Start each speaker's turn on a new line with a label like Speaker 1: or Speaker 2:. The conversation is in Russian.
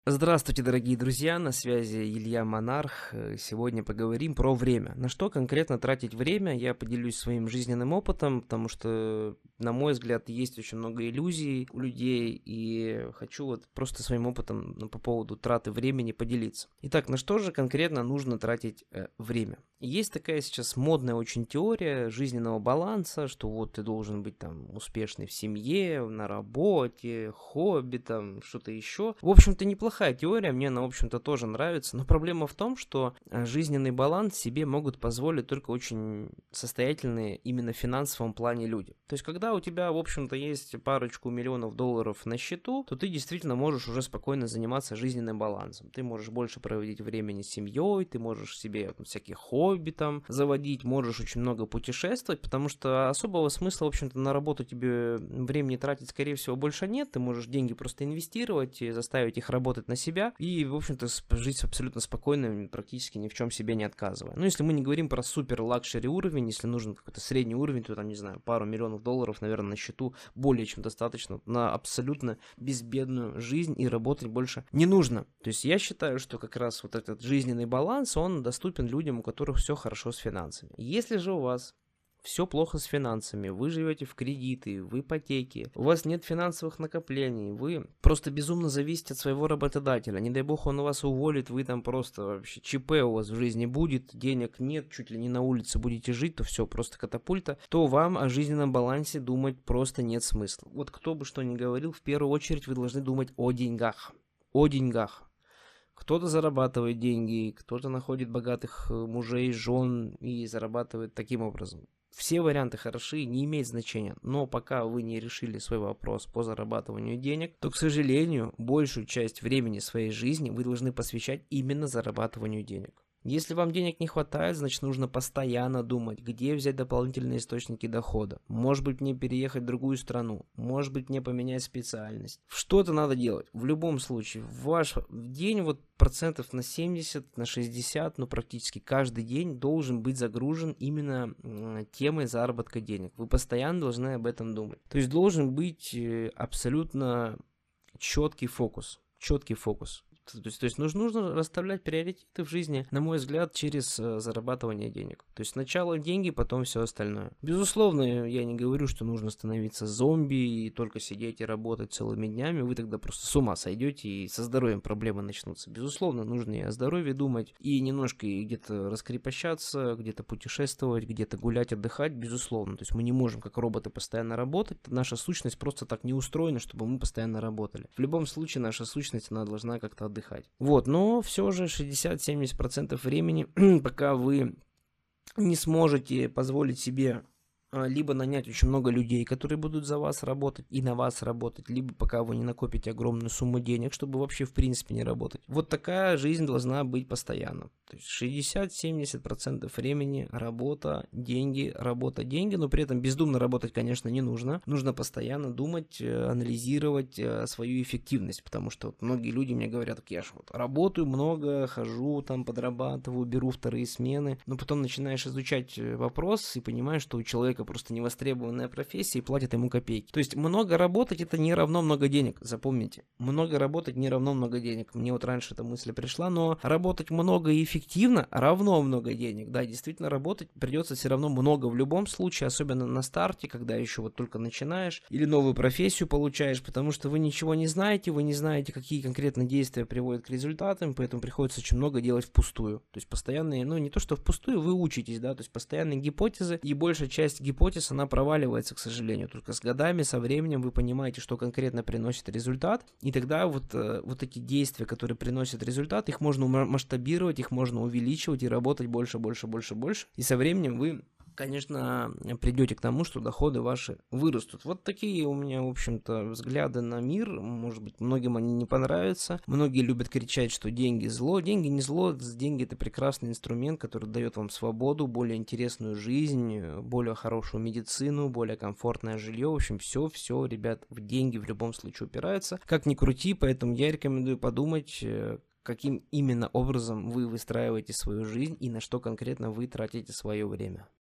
Speaker 1: Здравствуйте, дорогие друзья, на связи Илья Монарх. Сегодня поговорим про время. На что конкретно тратить время, я поделюсь своим жизненным опытом, потому что, на мой взгляд, есть очень много иллюзий у людей, и хочу вот просто своим опытом по поводу траты времени поделиться. Итак, на что же конкретно нужно тратить время? Есть такая сейчас модная очень теория жизненного баланса, что вот ты должен быть там успешный в семье, на работе, хобби, там что-то еще. В общем-то, неплохая теория, мне она, в общем-то, тоже нравится, но проблема в том, что жизненный баланс себе могут позволить только очень состоятельные именно в финансовом плане люди. То есть, когда у тебя, в общем-то, есть парочку миллионов долларов на счету, то ты действительно можешь уже спокойно заниматься жизненным балансом. Ты можешь больше проводить времени с семьей, ты можешь себе всякие хобби там заводить, можешь очень много путешествовать, потому что особого смысла, в общем-то, на работу тебе времени тратить, скорее всего, больше нет. Ты можешь деньги просто инвестировать, и заставить их работать на себя и, в общем-то, жить абсолютно спокойно, практически ни в чем себе не отказывая. Ну, если мы не говорим про супер лакшери уровень, если нужен какой-то средний уровень, то там, не знаю, пару миллионов долларов, наверное, на счету более чем достаточно на абсолютно безбедную жизнь, и работать больше не нужно. То есть я считаю, что как раз вот этот жизненный баланс, он доступен людям, у которых все хорошо с финансами. Если же у вас все плохо с финансами, вы живете в кредиты, в ипотеке, у вас нет финансовых накоплений, вы просто безумно зависите от своего работодателя, не дай бог он вас уволит, вы там просто вообще ЧП у вас в жизни будет, денег нет, чуть ли не на улице будете жить, то все, просто катапульта, то вам о жизненном балансе думать просто нет смысла. Вот кто бы что ни говорил, в первую очередь вы должны думать о деньгах. О деньгах. Кто-то зарабатывает деньги, кто-то находит богатых мужей, жен и зарабатывает таким образом. Все варианты хороши, не имеет значения, но пока вы не решили свой вопрос по зарабатыванию денег, то, к сожалению, большую часть времени своей жизни вы должны посвящать именно зарабатыванию денег. Если вам денег не хватает, значит нужно постоянно думать, где взять дополнительные источники дохода. Может быть мне переехать в другую страну, может быть мне поменять специальность. Что-то надо делать. В любом случае, ваш день вот процентов на 70, на 60, ну практически каждый день должен быть загружен именно темой заработка денег. Вы постоянно должны об этом думать. То есть должен быть абсолютно четкий фокус. Четкий фокус. То есть нужно расставлять приоритеты в жизни, на мой взгляд, через зарабатывание денег. То есть сначала деньги, потом все остальное. Безусловно, я не говорю, что нужно становиться зомби и только сидеть и работать целыми днями. Вы тогда просто с ума сойдете и со здоровьем проблемы начнутся. Безусловно, нужно и о здоровье думать, и немножко и где-то раскрепощаться, где-то путешествовать, где-то гулять, отдыхать, безусловно. То есть мы не можем как роботы постоянно работать. Наша сущность просто так не устроена, чтобы мы постоянно работали. В любом случае наша сущность, она должна как-то отдыхать. Вот, но все же 60-70% времени, пока вы не сможете позволить себе либо нанять очень много людей, которые будут за вас работать и на вас работать, либо пока вы не накопите огромную сумму денег, чтобы вообще в принципе не работать. Вот такая жизнь должна быть постоянно. То есть 60-70% времени работа, деньги, но при этом бездумно работать, конечно, не нужно. Нужно постоянно думать, анализировать свою эффективность, потому что вот многие люди мне говорят, так я же вот работаю много, хожу там, подрабатываю, беру вторые смены, но потом начинаешь изучать вопрос и понимаешь, что у человека просто невостребованная профессия и платят ему копейки. То есть много работать это не равно много денег, запомните. Много работать не равно много денег. Мне вот раньше эта мысль пришла, но работать много и эффективно равно много денег. Да, действительно работать придется все равно много в любом случае, особенно на старте, когда еще вот только начинаешь или новую профессию получаешь, потому что вы ничего не знаете, какие конкретно действия приводят к результатам, поэтому приходится очень много делать впустую. То есть постоянные, ну не то что впустую, вы учитесь, да, то есть постоянные гипотезы, и большая часть гипотез, она проваливается, к сожалению. Только с годами, со временем вы понимаете, что конкретно приносит результат, и тогда вот эти действия, которые приносят результат, их можно масштабировать, их можно увеличивать и работать больше, и со временем вы, конечно, придете к тому, что доходы ваши вырастут. Вот такие у меня, в общем-то, взгляды на мир. Может быть, многим они не понравятся. Многие любят кричать, что деньги зло. Деньги не зло. Деньги — это прекрасный инструмент, который дает вам свободу, более интересную жизнь, более хорошую медицину, более комфортное жилье. В общем, все, ребят, в деньги в любом случае упирается. Как ни крути, поэтому я рекомендую подумать, каким именно образом вы выстраиваете свою жизнь и на что конкретно вы тратите свое время.